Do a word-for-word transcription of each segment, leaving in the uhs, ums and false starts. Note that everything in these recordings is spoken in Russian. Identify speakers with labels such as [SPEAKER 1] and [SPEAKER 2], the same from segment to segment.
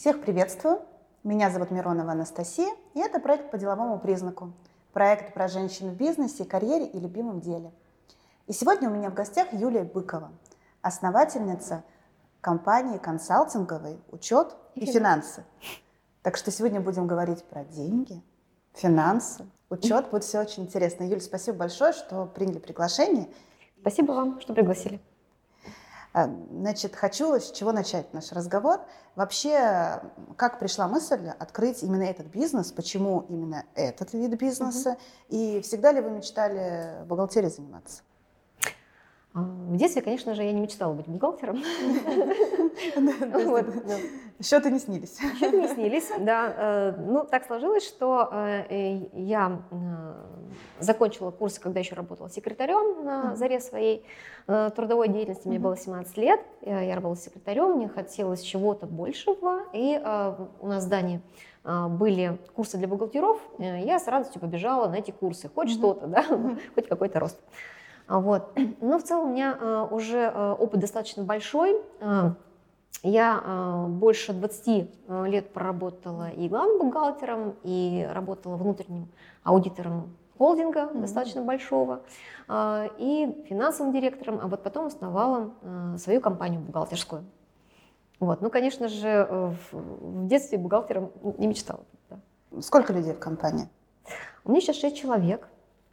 [SPEAKER 1] Всех приветствую. Меня зовут Миронова Анастасия, и это проект «По деловому признаку». Проект про женщин в бизнесе, карьере и любимом деле. И сегодня у меня в гостях Юлия Быкова, основательница компании консалтинговой «Учет и финансы». Так что сегодня будем говорить про деньги, финансы, учет. Будет все очень интересно. Юля, спасибо большое, что приняли приглашение.
[SPEAKER 2] Спасибо вам, что пригласили.
[SPEAKER 1] Значит, хочу с чего начать наш разговор. Вообще, как пришла мысль открыть именно этот бизнес, почему именно этот вид бизнеса, угу. И всегда ли вы мечтали бухгалтерией заниматься?
[SPEAKER 2] В детстве, конечно же, я не мечтала быть бухгалтером.
[SPEAKER 1] Счеты не снились.
[SPEAKER 2] Счеты не снились, да. Ну, так сложилось, что я закончила курсы, когда еще работала секретарем на заре своей трудовой деятельности. Мне было семнадцать лет, я работала секретарем, мне хотелось чего-то большего. И у нас в здании были курсы для бухгалтеров, я с радостью побежала на эти курсы. Хоть что-то, да, хоть какой-то рост. Вот. Но в целом у меня уже опыт достаточно большой. Я больше двадцати лет проработала и главным бухгалтером, и работала внутренним аудитором холдинга mm-hmm. достаточно большого, и финансовым директором, а вот потом основала свою компанию бухгалтерскую. Вот. Ну, конечно же, в детстве бухгалтером не мечтала. Да.
[SPEAKER 1] Сколько людей в компании?
[SPEAKER 2] У меня сейчас шесть человек.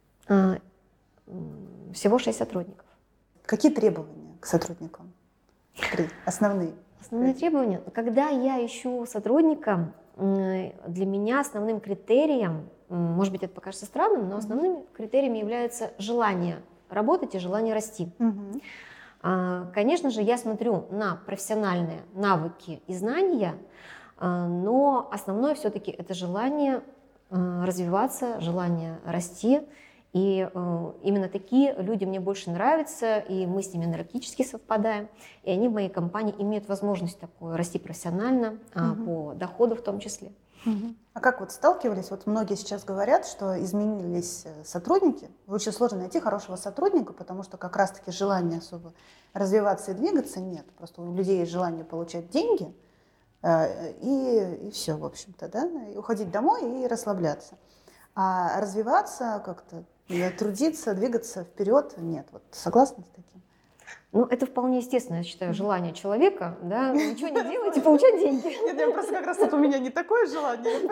[SPEAKER 2] Всего шесть сотрудников.
[SPEAKER 1] Какие требования к сотрудникам? Три. Основные.
[SPEAKER 2] Основные требования. Когда я ищу сотрудника, для меня основным критерием, может быть, это покажется странным, но основным mm-hmm. критерием является желание работать и желание расти. Mm-hmm. Конечно же, я смотрю на профессиональные навыки и знания, но основное все-таки это желание развиваться, желание расти. И э, именно такие люди мне больше нравятся, и мы с ними энергетически совпадаем. И они в моей компании имеют возможность такую расти профессионально, угу. по доходу в том числе.
[SPEAKER 1] Угу. А как вот сталкивались? Вот многие сейчас говорят, что изменились сотрудники. Очень сложно найти хорошего сотрудника, потому что как раз-таки желания особо развиваться и двигаться нет. Просто у людей есть желание получать деньги, э, и, и все, в общем-то, да? И уходить домой и расслабляться. А развиваться как-то, трудиться, двигаться вперед нет. Вот согласна с таким?
[SPEAKER 2] Ну, это вполне естественно, я считаю, желание человека, да, ничего не делать и получать деньги.
[SPEAKER 1] Нет, я просто как раз тут у меня не такое желание.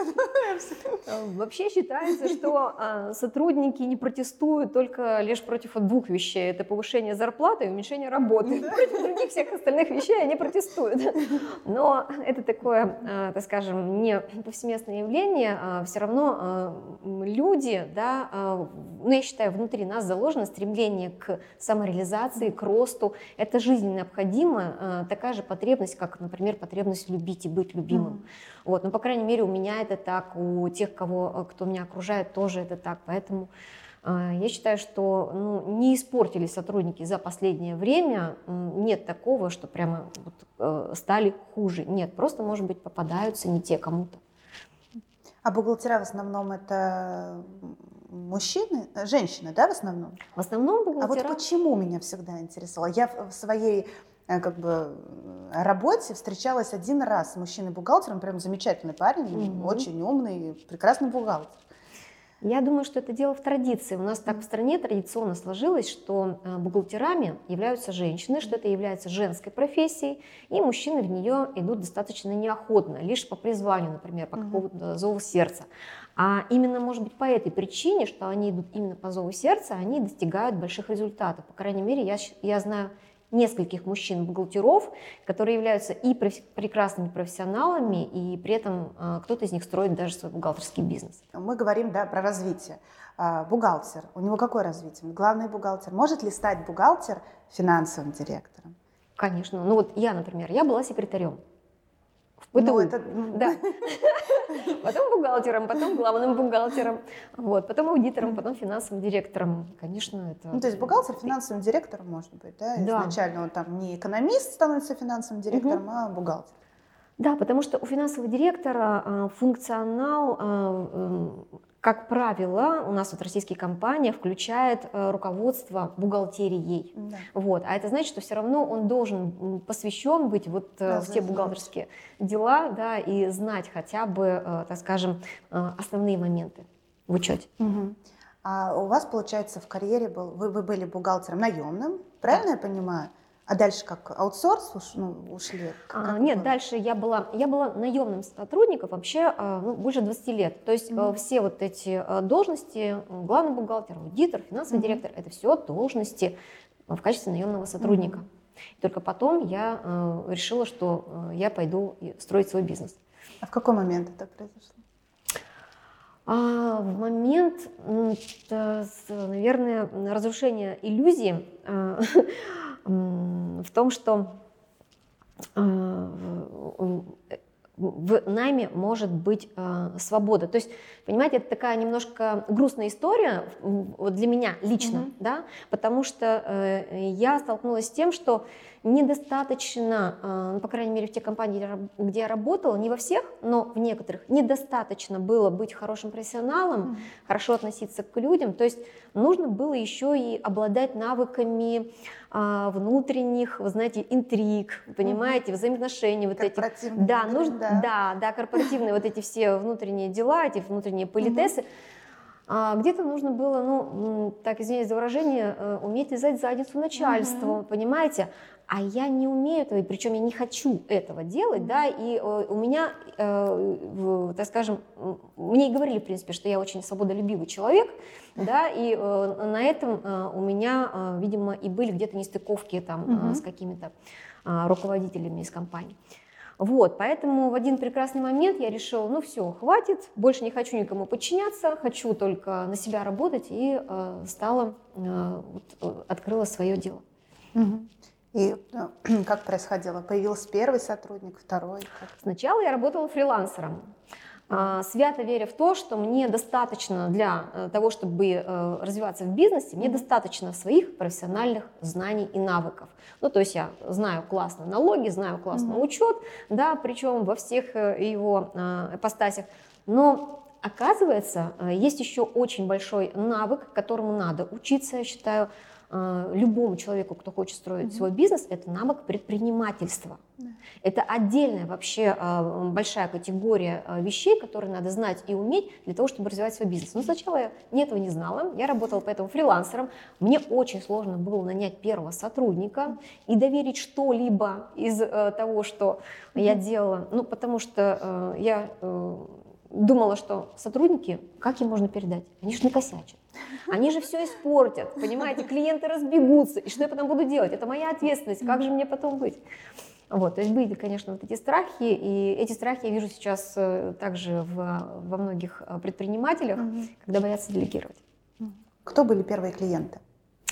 [SPEAKER 2] Вообще считается, что сотрудники не протестуют только лишь против двух вещей. Это повышение зарплаты и уменьшение работы. Против других всех остальных вещей они протестуют. Но это такое, так скажем, не повсеместное явление. Все равно люди, да, ну, я считаю, внутри нас заложено стремление к самореализации, к росту. Это жизненно необходимо, такая же потребность, как, например, потребность любить и быть любимым. Mm-hmm. Вот. Но, по крайней мере, у меня это так, у тех, кого, кто меня окружает, тоже это так. Поэтому э, я считаю, что ну, не испортились сотрудники за последнее время. Нет такого, что прямо вот, э, стали хуже. Нет, просто, может быть, попадаются не те кому-то.
[SPEAKER 1] А бухгалтера в основном это мужчины, женщины, да, в основном?
[SPEAKER 2] В основном бухгалтера.
[SPEAKER 1] А вот почему меня всегда интересовало? Я в своей как бы работе встречалась один раз с мужчиной-бухгалтером, прям замечательный парень, mm-hmm. очень умный, прекрасный бухгалтер.
[SPEAKER 2] Я думаю, что это дело в традиции. У нас так в стране традиционно сложилось, что бухгалтерами являются женщины, что это является женской профессией, и мужчины в нее идут достаточно неохотно, лишь по призванию, например, по какому-то зову сердца. А именно, может быть, по этой причине, что они идут именно по зову сердца, они достигают больших результатов. По крайней мере, я, я знаю нескольких мужчин-бухгалтеров, которые являются и прекрасными профессионалами, и при этом э, кто-то из них строит даже свой бухгалтерский бизнес.
[SPEAKER 1] Мы говорим, да, про развитие. А, бухгалтер, у него какое развитие? Главный бухгалтер. Может ли стать бухгалтер финансовым директором?
[SPEAKER 2] Конечно. Ну вот я, например, я была секретарем. Ну, это... Да. Потом бухгалтером, потом главным бухгалтером, вот, потом аудитором, потом финансовым директором. Конечно, это...
[SPEAKER 1] Ну, то есть бухгалтер финансовым директором может быть, да?
[SPEAKER 2] Да.
[SPEAKER 1] Изначально он там не экономист становится финансовым директором, угу. а бухгалтер.
[SPEAKER 2] Да, потому что у финансового директора функционал Как правило, у нас вот российские компании включают э, руководство бухгалтерией. Да. Вот. А это значит, что все равно он должен посвящен быть вот, э, да, в те бухгалтерские дела, да, и знать хотя бы, э, так скажем, э, основные моменты в учете.
[SPEAKER 1] Угу. А у вас, получается, в карьере был, вы, вы были бухгалтером наемным, правильно да. я понимаю? А дальше как, аутсорс уш, ну, ушли? Как,
[SPEAKER 2] а,
[SPEAKER 1] как
[SPEAKER 2] нет,
[SPEAKER 1] было?
[SPEAKER 2] Дальше я была, я была наемным сотрудником вообще ну, больше двадцати лет. То есть mm-hmm. все вот эти должности, главный бухгалтер, аудитор, финансовый mm-hmm. директор, это все должности в качестве наемного сотрудника. Mm-hmm. И только потом я э, решила, что я пойду строить свой бизнес.
[SPEAKER 1] А в какой момент это произошло?
[SPEAKER 2] А, в момент, наверное, разрушения иллюзии в том, что в найме может быть свобода. То есть, понимаете, это такая немножко грустная история для меня лично, mm-hmm. да, потому что я столкнулась с тем, что недостаточно, ну, по крайней мере, в тех компаниях, где я работала, не во всех, но в некоторых, недостаточно было быть хорошим профессионалом, mm-hmm. хорошо относиться к людям, то есть нужно было еще и обладать навыками а, внутренних, вы знаете, интриг, понимаете, mm-hmm. взаимоотношений, вот этих. Да, нужно, да. да, да, корпоративные вот эти все внутренние дела, эти внутренние политесы. Mm-hmm. А, где-то нужно было, ну, так, извиняюсь за выражение, уметь лизать в задницу начальству, mm-hmm. понимаете? А я не умею этого, и причем я не хочу этого делать, mm-hmm. да, и э, у меня, э, так скажем, мне и говорили, в принципе, что я очень свободолюбивый человек, да, и э, на этом э, у меня, э, видимо, и были где-то нестыковки там mm-hmm. э, с какими-то э, руководителями из компании. Вот, поэтому в один прекрасный момент я решила, ну все, хватит, больше не хочу никому подчиняться, хочу только на себя работать, и э, стала, э, вот, открыла свое дело.
[SPEAKER 1] Mm-hmm. И ну, как происходило? Появился первый сотрудник, второй? Как?
[SPEAKER 2] Сначала я работала фрилансером, свято веря в то, что мне достаточно для того, чтобы развиваться в бизнесе, мне достаточно своих профессиональных знаний и навыков. Ну, то есть я знаю классно налоги, знаю классно mm-hmm. учет, да, причем во всех его ипостасях, но оказывается, есть еще очень большой навык, которому надо учиться, я считаю, любому человеку, кто хочет строить mm-hmm. свой бизнес, это навык предпринимательства. Yeah. Это отдельная вообще большая категория вещей, которые надо знать и уметь для того, чтобы развивать свой бизнес. Но сначала я этого не знала, я работала поэтому фрилансером, мне очень сложно было нанять первого сотрудника и доверить что-либо из того, что mm-hmm. я делала, ну, потому что я думала, что сотрудники, как им можно передать? Они же не косячат. Они же все испортят, понимаете, клиенты разбегутся, и что я потом буду делать? Это моя ответственность, как же мне потом быть? Вот, то есть были, конечно, вот эти страхи, и эти страхи я вижу сейчас также в, во многих предпринимателях, угу. когда боятся делегировать.
[SPEAKER 1] Кто были первые клиенты?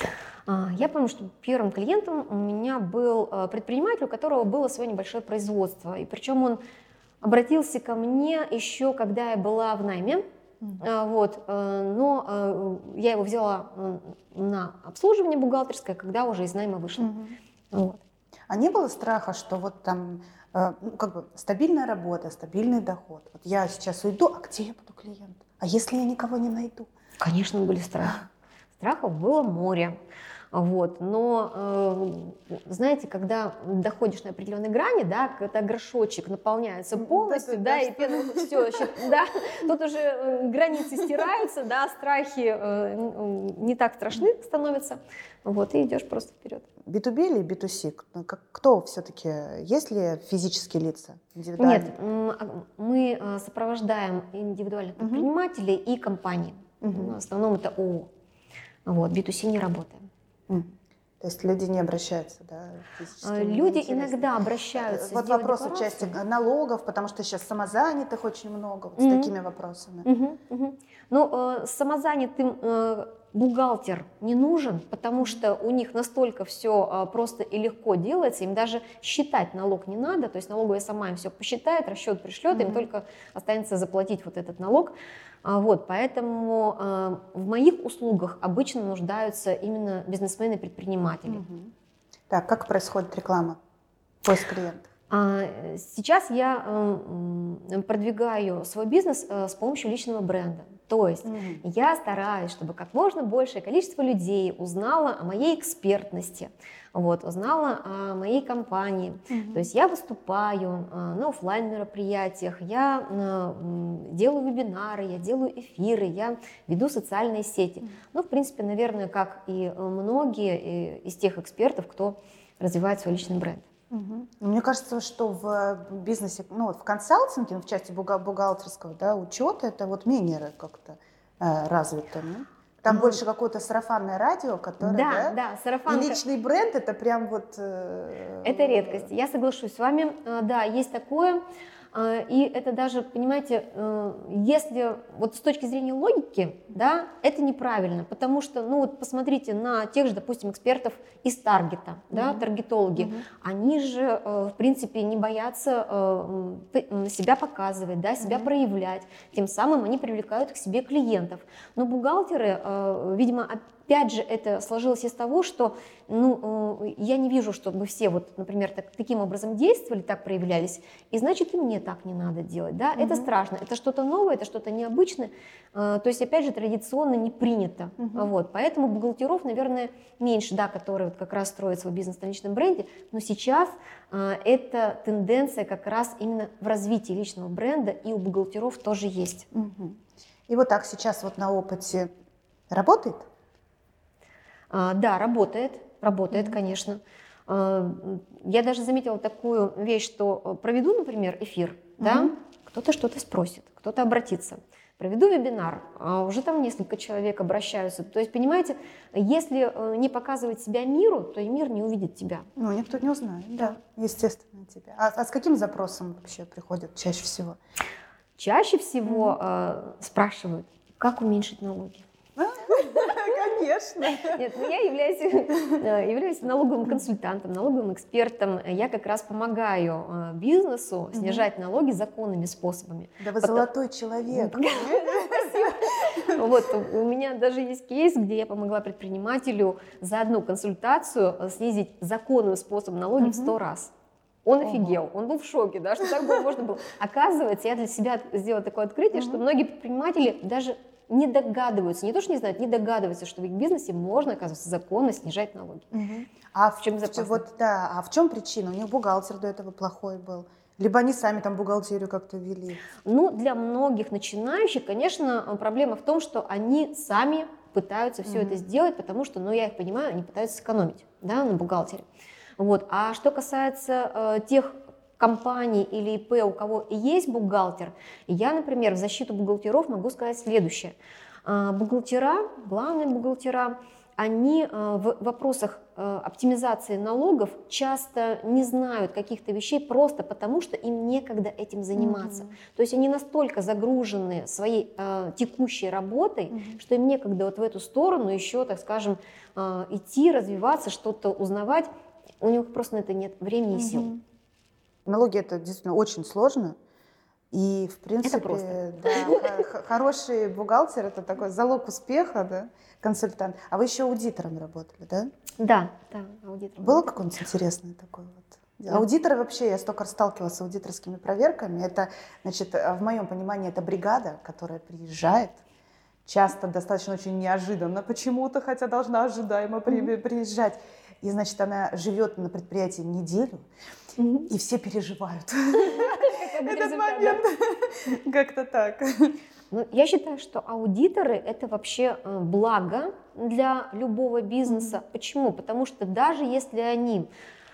[SPEAKER 2] Я помню, что первым клиентом у меня был предприниматель, у которого было свое небольшое производство, и причем он обратился ко мне еще, когда я была в найме. Mm-hmm. Вот, но я его взяла на обслуживание бухгалтерское, когда уже из найма вышла. Mm-hmm. Вот.
[SPEAKER 1] А не было страха, что вот там ну, как бы стабильная работа, стабильный доход? Вот я сейчас уйду, а где я буду клиент? А если я никого не найду?
[SPEAKER 2] Конечно, были страхи. Страхов было море. Вот. Но, э, знаете, когда доходишь на определенной грани, да, когда горшочек наполняется полностью, да, и пена, все, да, тут уже границы стираются, да, страхи э, не так страшны становятся, вот, и идешь просто вперед.
[SPEAKER 1] би ту би или би ту си? Кто все-таки? Есть ли физические лица?
[SPEAKER 2] Нет, мы сопровождаем индивидуальных предпринимателей uh-huh. и компании. Uh-huh. В основном это ООО. Вот, би ту си не работаем.
[SPEAKER 1] Mm. То есть люди не обращаются, да?
[SPEAKER 2] Люди иногда обращаются.
[SPEAKER 1] Вот вопрос в части налогов, потому что сейчас самозанятых очень много, вот mm-hmm. с такими вопросами. Mm-hmm. Mm-hmm.
[SPEAKER 2] Ну, э, самозанятым э, бухгалтер не нужен, потому что у них настолько все э, просто и легко делается, им даже считать налог не надо, то есть налоговая сама им все посчитает, расчет пришлет, mm-hmm. им только останется заплатить вот этот налог. Вот, поэтому э, в моих услугах обычно нуждаются именно бизнесмены и предприниматели.
[SPEAKER 1] Угу. Так, как происходит реклама поиск клиентов?
[SPEAKER 2] А, сейчас я э, продвигаю свой бизнес э, с помощью личного бренда. То есть mm-hmm. я стараюсь, чтобы как можно большее количество людей узнало о моей экспертности, вот, узнала о моей компании. Mm-hmm. То есть я выступаю на офлайн мероприятиях, я делаю вебинары, я делаю эфиры, я веду социальные сети. Mm-hmm. Ну, в принципе, наверное, как и многие из тех экспертов, кто развивает свой личный бренд.
[SPEAKER 1] Угу. Мне кажется, что в бизнесе, ну вот в консалтинге, ну, в части бухгалтерского, да, учета, это вот менее как-то э, развито, ну? Там mm. больше какое-то сарафанное радио, которое,
[SPEAKER 2] да,
[SPEAKER 1] да,
[SPEAKER 2] да, сарафанка.
[SPEAKER 1] И личный бренд, это прям вот... Э,
[SPEAKER 2] это редкость, я соглашусь с вами, да, есть такое. И это даже, понимаете, если вот с точки зрения логики, да, это неправильно, потому что, ну вот посмотрите на тех же, допустим, экспертов из таргета, да, mm-hmm. таргетологи, mm-hmm. они же, в принципе, не боятся себя показывать, да, себя mm-hmm. проявлять, тем самым они привлекают к себе клиентов. Но бухгалтеры, видимо, опять же, это сложилось из того, что, ну, я не вижу, чтобы все вот, например, так, таким образом действовали, так проявлялись, и значит, и мне так не надо делать, да, mm-hmm. это страшно, это что-то новое, это что-то необычное, то есть, опять же, традиционно не принято, mm-hmm. вот, поэтому бухгалтеров, наверное, меньше, да, которые вот как раз строят свой бизнес на личном бренде, но сейчас эта тенденция как раз именно в развитии личного бренда и у бухгалтеров тоже есть.
[SPEAKER 1] Mm-hmm. И вот так сейчас вот на опыте работает?
[SPEAKER 2] А, да, работает, работает, mm-hmm. конечно. А, я даже заметила такую вещь, что проведу, например, эфир, mm-hmm. да, кто-то что-то спросит, кто-то обратится. Проведу вебинар, а уже там несколько человек обращаются. То есть, понимаете, если не показывать себя миру, то и мир не увидит тебя.
[SPEAKER 1] Ну, никто не узнает, да, естественно, тебя. А, а с каким запросом вообще приходят чаще всего?
[SPEAKER 2] Чаще всего mm-hmm. э, спрашивают, как уменьшить налоги.
[SPEAKER 1] Конечно.
[SPEAKER 2] Нет, ну я являюсь, являюсь налоговым консультантом, налоговым экспертом. Я как раз помогаю бизнесу снижать налоги законными способами.
[SPEAKER 1] Да вы Потом... золотой человек.
[SPEAKER 2] Вот, у меня даже есть кейс, где я помогла предпринимателю за одну консультацию снизить законным способом налоги в сто раз. Он офигел, он был в шоке, да, что так было можно было. Оказывается, я для себя сделала такое открытие, что многие предприниматели даже не догадываются, не то, что не знают, не догадываются, что в их бизнесе можно, оказывается, законно снижать налоги.
[SPEAKER 1] Угу. А в чем вот, да, а в чем причина? У них бухгалтер до этого плохой был? Либо они сами там бухгалтерию как-то вели?
[SPEAKER 2] Ну, для многих начинающих, конечно, проблема в том, что они сами пытаются все угу. это сделать, потому что, ну, я их понимаю, они пытаются сэкономить, да, на бухгалтере. Вот. А что касается э, тех компаний или ИП, у кого есть бухгалтер, я, например, в защиту бухгалтеров могу сказать следующее. Бухгалтера, главные бухгалтера, они в вопросах оптимизации налогов часто не знают каких-то вещей просто потому, что им некогда этим заниматься. Mm-hmm. То есть они настолько загружены своей текущей работой, mm-hmm. что им некогда вот в эту сторону еще, так скажем, идти, развиваться, что-то узнавать. У них просто на это нет времени и сил.
[SPEAKER 1] Mm-hmm. Налоги – это действительно очень сложно, и, в принципе, да, хороший бухгалтер – это такой залог успеха, да, консультант. А вы еще аудитором работали, да?
[SPEAKER 2] Да, да, аудитором.
[SPEAKER 1] Было какое-нибудь интересное такое вот? Да. Аудиторы вообще, я столько сталкивалась с аудиторскими проверками, это, значит, в моем понимании, это бригада, которая приезжает, часто достаточно очень неожиданно почему-то, хотя должна ожидаемо mm-hmm. приезжать. И, значит, она живет на предприятии неделю, mm-hmm. и все переживают этот момент. Как-то так.
[SPEAKER 2] Ну, я считаю, что аудиторы – это вообще благо для любого бизнеса. Mm-hmm. Почему? Потому что даже если они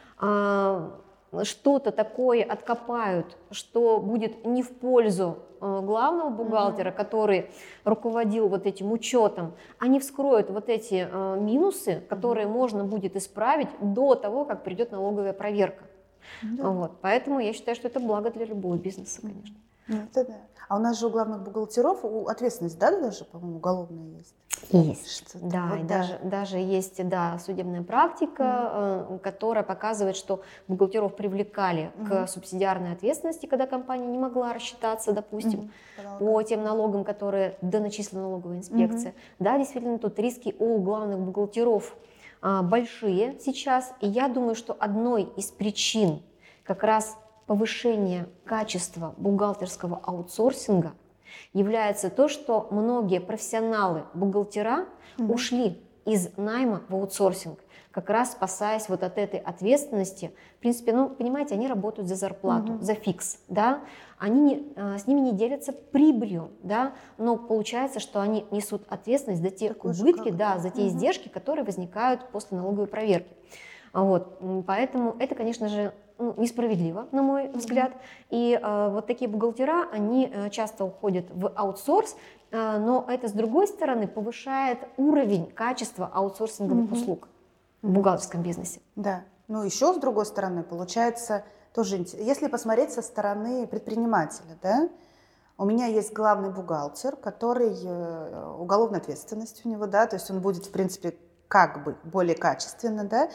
[SPEAKER 2] а, что-то такое откопают, что будет не в пользу главного бухгалтера, mm-hmm. который руководил вот этим учетом, они вскроют вот эти э, минусы, которые mm-hmm. можно будет исправить до того, как придет налоговая проверка. Mm-hmm. Вот. Поэтому я считаю, что это благо для любого бизнеса, конечно.
[SPEAKER 1] Mm-hmm. Это да. А у нас же у главных бухгалтеров ответственность, да, даже, по-моему, уголовная есть?
[SPEAKER 2] Есть, что-то. Да, вот, и да. Даже, даже есть, да, судебная практика, mm-hmm. э, которая показывает, что бухгалтеров привлекали mm-hmm. к субсидиарной ответственности, когда компания не могла рассчитаться, допустим, mm-hmm. по тем налогам, которые доначислила налоговая инспекция. Mm-hmm. Да, действительно, тут риски у главных бухгалтеров э, большие сейчас, и я думаю, что одной из причин как раз повышения качества бухгалтерского аутсорсинга является то, что многие профессионалы, бухгалтера mm-hmm. ушли из найма в аутсорсинг, как раз спасаясь вот от этой ответственности. В принципе, ну, понимаете, они работают за зарплату, mm-hmm. за фикс, да, они не, с ними не делятся прибылью, да, но получается, что они несут ответственность за те Такой убытки, да, за те mm-hmm. издержки, которые возникают после налоговой проверки. Вот, поэтому это, конечно же, ну, несправедливо, на мой mm-hmm. взгляд. И э, вот такие бухгалтера, они э, часто уходят в аутсорс, э, но это, с другой стороны, повышает уровень качества аутсорсинговых mm-hmm. услуг в бухгалтерском бизнесе.
[SPEAKER 1] Да, ну еще с другой стороны, получается, тоже интересно. Если посмотреть со стороны предпринимателя, да, у меня есть главный бухгалтер, который, э, уголовная ответственность у него, да, то есть он будет, в принципе, как бы более качественно, да,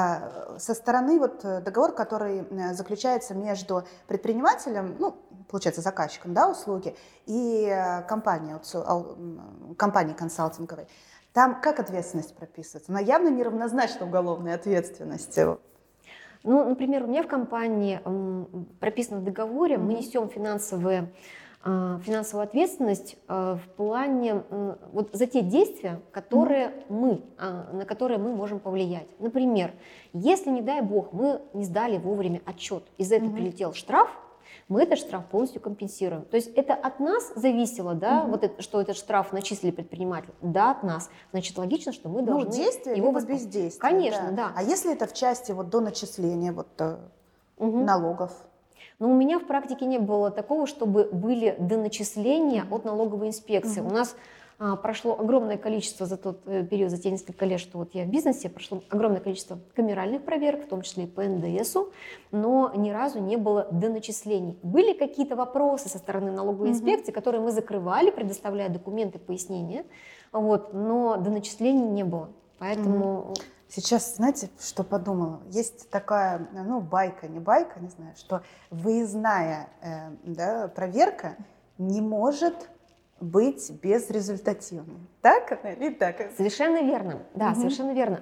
[SPEAKER 1] со стороны вот договор, который заключается между предпринимателем, ну, получается, заказчиком, да, услуги, и компанией, компанией консалтинговой. Там как ответственность прописывается? Она явно неравнозначна уголовной ответственности.
[SPEAKER 2] Ну, например, у меня в компании прописано в договоре, mm-hmm. мы несем финансовые финансовую ответственность в плане вот за те действия, которые mm-hmm. мы, на которые мы можем повлиять. Например, если, не дай бог, мы не сдали вовремя отчет, из-за этого mm-hmm. прилетел штраф, мы этот штраф полностью компенсируем. То есть это от нас зависело, да, mm-hmm. вот это, что этот штраф начислили предпринимателю? Да, от нас. Значит, логично, что мы должны
[SPEAKER 1] ну, действие,
[SPEAKER 2] его
[SPEAKER 1] либо бездействие.
[SPEAKER 2] Конечно,
[SPEAKER 1] да.
[SPEAKER 2] да.
[SPEAKER 1] А если это в части вот до начисления вот, mm-hmm. налогов?
[SPEAKER 2] Но у меня в практике не было такого, чтобы были доначисления от налоговой инспекции. Mm-hmm. У нас а, прошло огромное количество за тот э, период, за те несколько лет, что вот я в бизнесе, прошло огромное количество камеральных проверок, в том числе и по эн дэ эсу, но ни разу не было доначислений. Были какие-то вопросы со стороны налоговой инспекции, mm-hmm. которые мы закрывали, предоставляя документы, пояснения, вот, но доначислений не было. Поэтому... Mm-hmm.
[SPEAKER 1] Сейчас, знаете, что подумала? Есть такая, ну, байка, не байка, не знаю, что выездная э, да, проверка не может быть безрезультативной. Так она или так?
[SPEAKER 2] Совершенно верно, да, угу. совершенно верно.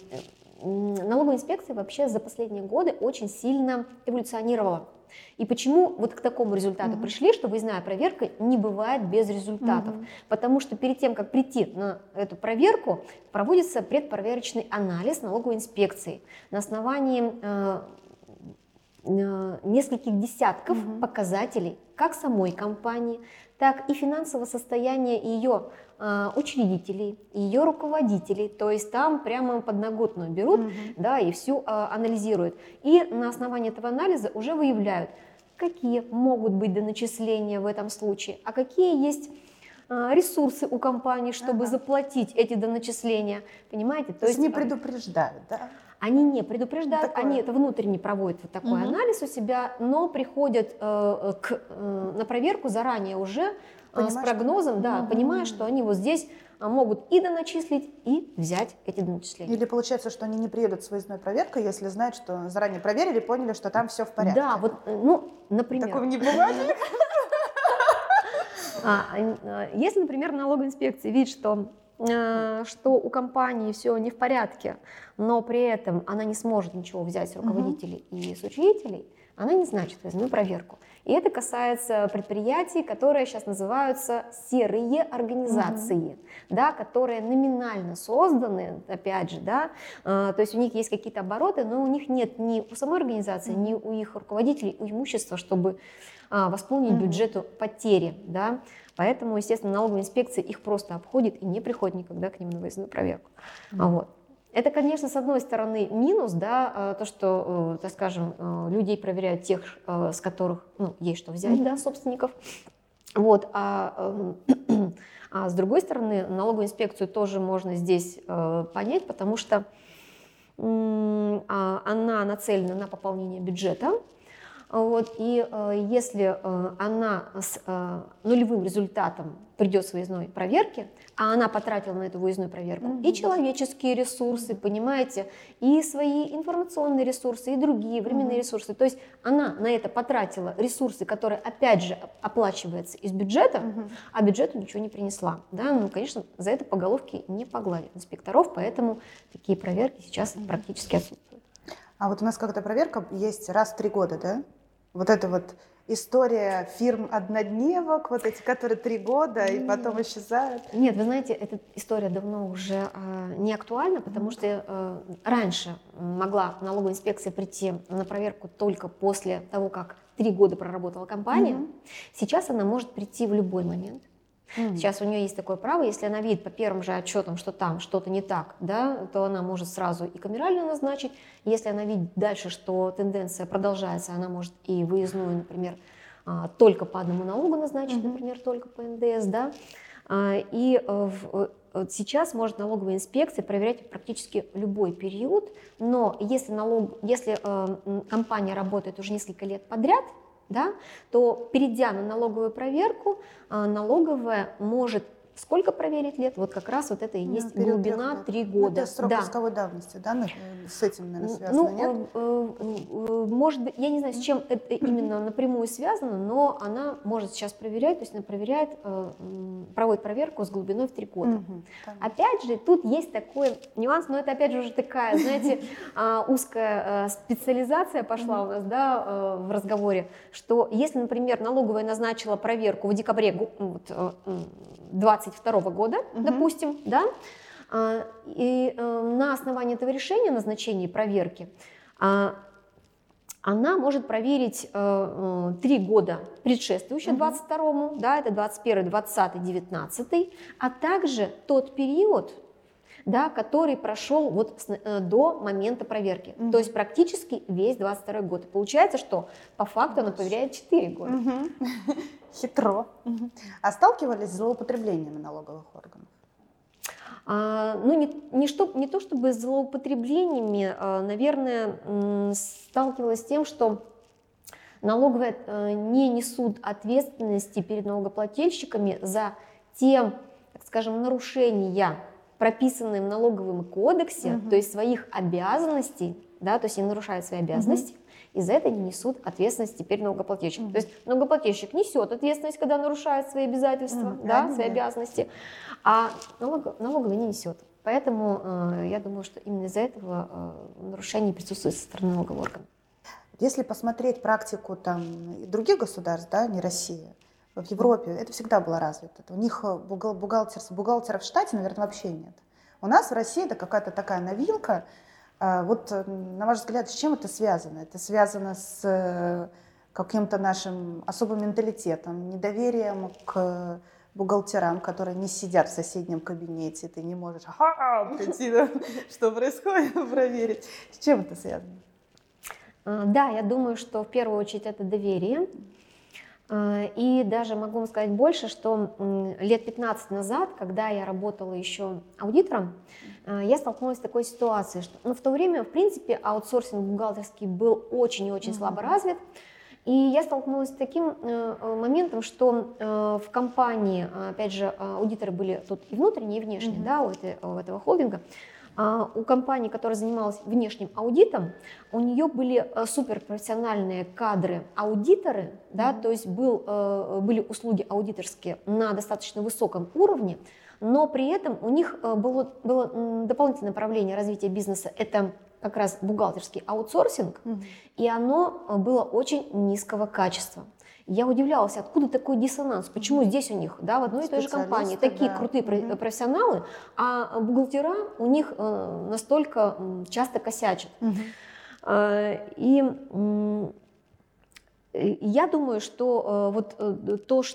[SPEAKER 2] Налоговая инспекция вообще за последние годы очень сильно эволюционировала. И почему вот к такому результату mm-hmm. пришли, что выездная проверка не бывает без результатов? Mm-hmm. Потому что перед тем, как прийти на эту проверку, проводится предпроверочный анализ налоговой инспекции на основании э, э, нескольких десятков mm-hmm. показателей как самой компании, так и финансового состояния ее э, учредителей, ее руководителей. То есть там прямо подноготную берут, mm-hmm. да, и всю э, анализируют. И на основании этого анализа уже выявляют, какие могут быть доначисления в этом случае, а какие есть э, ресурсы у компании, чтобы ага. заплатить эти доначисления. Понимаете?
[SPEAKER 1] То, То есть не предупреждают, да?
[SPEAKER 2] Они не предупреждают, Такое. они это внутренне проводят вот такой угу. анализ у себя, но приходят э, к, э, на проверку заранее уже э, с прогнозом, что... да, угу. понимая, что они вот здесь могут и доначислить, и взять эти доначисления.
[SPEAKER 1] Или получается, что они не приедут с выездной проверкой, если знают, что заранее проверили, поняли, что там все в порядке.
[SPEAKER 2] Да, вот, ну, например...
[SPEAKER 1] Такого не бывает?
[SPEAKER 2] Если, например, налоговая инспекция видит, что что у компании все не в порядке, но при этом она не сможет ничего взять с руководителей uh-huh. и с учредителей, она не значит выездную проверку. И это касается предприятий, которые сейчас называются серые организации, uh-huh. да, которые номинально созданы, опять же, да, э, то есть у них есть какие-то обороты, но у них нет ни у самой организации, uh-huh. ни у их руководителей имущества, чтобы э, восполнить uh-huh. бюджету потери, да. Поэтому, естественно, налоговая инспекция их просто обходит и не приходит никогда к ним на выездную проверку. Mm-hmm. Вот. Это, конечно, с одной стороны минус, да, то, что, так скажем, людей проверяют тех, с которых ну, есть что взять, mm-hmm. да, собственников. Вот. А, а с другой стороны, налоговую инспекцию тоже можно здесь понять, потому что она нацелена на пополнение бюджета. Вот, и э, если э, она с э, нулевым результатом придет с выездной проверки, а она потратила на эту выездную проверку mm-hmm. и человеческие ресурсы, понимаете, и свои информационные ресурсы, и другие временные mm-hmm. ресурсы, то есть она на это потратила ресурсы, которые опять же оплачиваются из бюджета, mm-hmm. а бюджету ничего не принесла. Да? Ну, конечно, за это по головке не погладят инспекторов, поэтому такие проверки сейчас mm-hmm. практически отсутствуют.
[SPEAKER 1] А вот у нас какая-то проверка есть раз в три года, да? Вот это вот история фирм-однодневок, вот эти, которые три года и потом исчезают?
[SPEAKER 2] Нет, вы знаете, эта история давно уже э, не актуальна, потому mm-hmm. что э, раньше могла налоговая инспекция прийти на проверку только после того, как три года проработала компания. Mm-hmm. Сейчас она может прийти в любой момент. Mm-hmm. Сейчас у нее есть такое право, если она видит по первым же отчетам, что там что-то не так, да, то она может сразу и камеральную назначить. Если она видит дальше, что тенденция продолжается, она может и выездную, например, только по одному налогу назначить, mm-hmm. например, только по эн дэ эс, да. И сейчас может налоговая инспекция проверять практически любой период, но если, налог, если компания работает уже несколько лет подряд, да, то, перейдя на налоговую проверку, налоговая может сколько проверить лет? Вот как раз вот это и есть ну, глубина три года.
[SPEAKER 1] Ну, это срок
[SPEAKER 2] да.
[SPEAKER 1] исковой давности, да? С этим, наверное, связано,
[SPEAKER 2] ну, нет? Может быть, я не знаю, с чем это именно напрямую связано, но она может сейчас проверять, то есть она проверяет, проводит проверку с глубиной в три года. Угу, опять же, тут есть такой нюанс, но это опять же уже такая, знаете, узкая специализация пошла у нас, да, в разговоре, что если, например, налоговая назначила проверку в декабре двадцать второго года, uh-huh. допустим, да, и на основании этого решения о назначении проверки она может проверить три года предшествующие uh-huh. двадцать второму, да, это двадцать первый, двадцатый, девятнадцатый, а также тот период, да, который прошел вот с, до момента проверки. Uh-huh. То есть практически весь двадцать второй год. И получается, что по факту она проверяет четыре года.
[SPEAKER 1] Uh-huh. Хитро. Угу. А сталкивались с злоупотреблениями налоговых органов?
[SPEAKER 2] А, ну, не, не, что, не то чтобы с злоупотреблениями, а, наверное, м, сталкивалась с тем, что налоговые а, не несут ответственности перед налогоплательщиками за те, так скажем, нарушения, прописанные в налоговом кодексе, угу. то есть своих обязанностей, да, то есть они нарушают свои обязанности, угу. и за это не несут ответственность теперь налогоплательщик. Mm-hmm. То есть налогоплательщик несет ответственность, когда нарушает свои обязательства, mm-hmm. да, mm-hmm. свои обязанности, а налог, налоговый не несет. Поэтому э, я думаю, что именно из-за этого э, нарушение присутствует со стороны налогового органа.
[SPEAKER 1] Если посмотреть практику там, других государств, да, не России, в Европе это всегда было развито. У них бухгалтеров, бухгалтеров в штате, наверное, вообще нет. У нас в России это какая-то такая новинка. Вот, на ваш взгляд, с чем это связано? Это связано с каким-то нашим особым менталитетом, недоверием к бухгалтерам, которые не сидят в соседнем кабинете, ты не можешь ага, прийти, что происходит, проверить. С чем это связано?
[SPEAKER 2] Да, я думаю, что в первую очередь это доверие. И даже могу вам сказать больше, что лет пятнадцать назад, когда я работала еще аудитором, я столкнулась с такой ситуацией, что ну, в то время, в принципе, аутсорсинг бухгалтерский был очень и очень mm-hmm. слабо развит. И я столкнулась с таким моментом, что в компании, опять же, аудиторы были тут и внутренние, и внешние, mm-hmm. да, у, этой, у этого холдинга. У компании, которая занималась внешним аудитом, у нее были суперпрофессиональные кадры аудиторы, да, mm-hmm. то есть был, были услуги аудиторские на достаточно высоком уровне, но при этом у них было, было дополнительное направление развития бизнеса, это как раз бухгалтерский аутсорсинг, mm-hmm. и оно было очень низкого качества. Я удивлялась, откуда такой диссонанс, почему здесь у них, да, в одной и той же компании такие да. крутые mm-hmm. профессионалы, а бухгалтера у них настолько часто косячат. Mm-hmm. И я думаю, что вот то,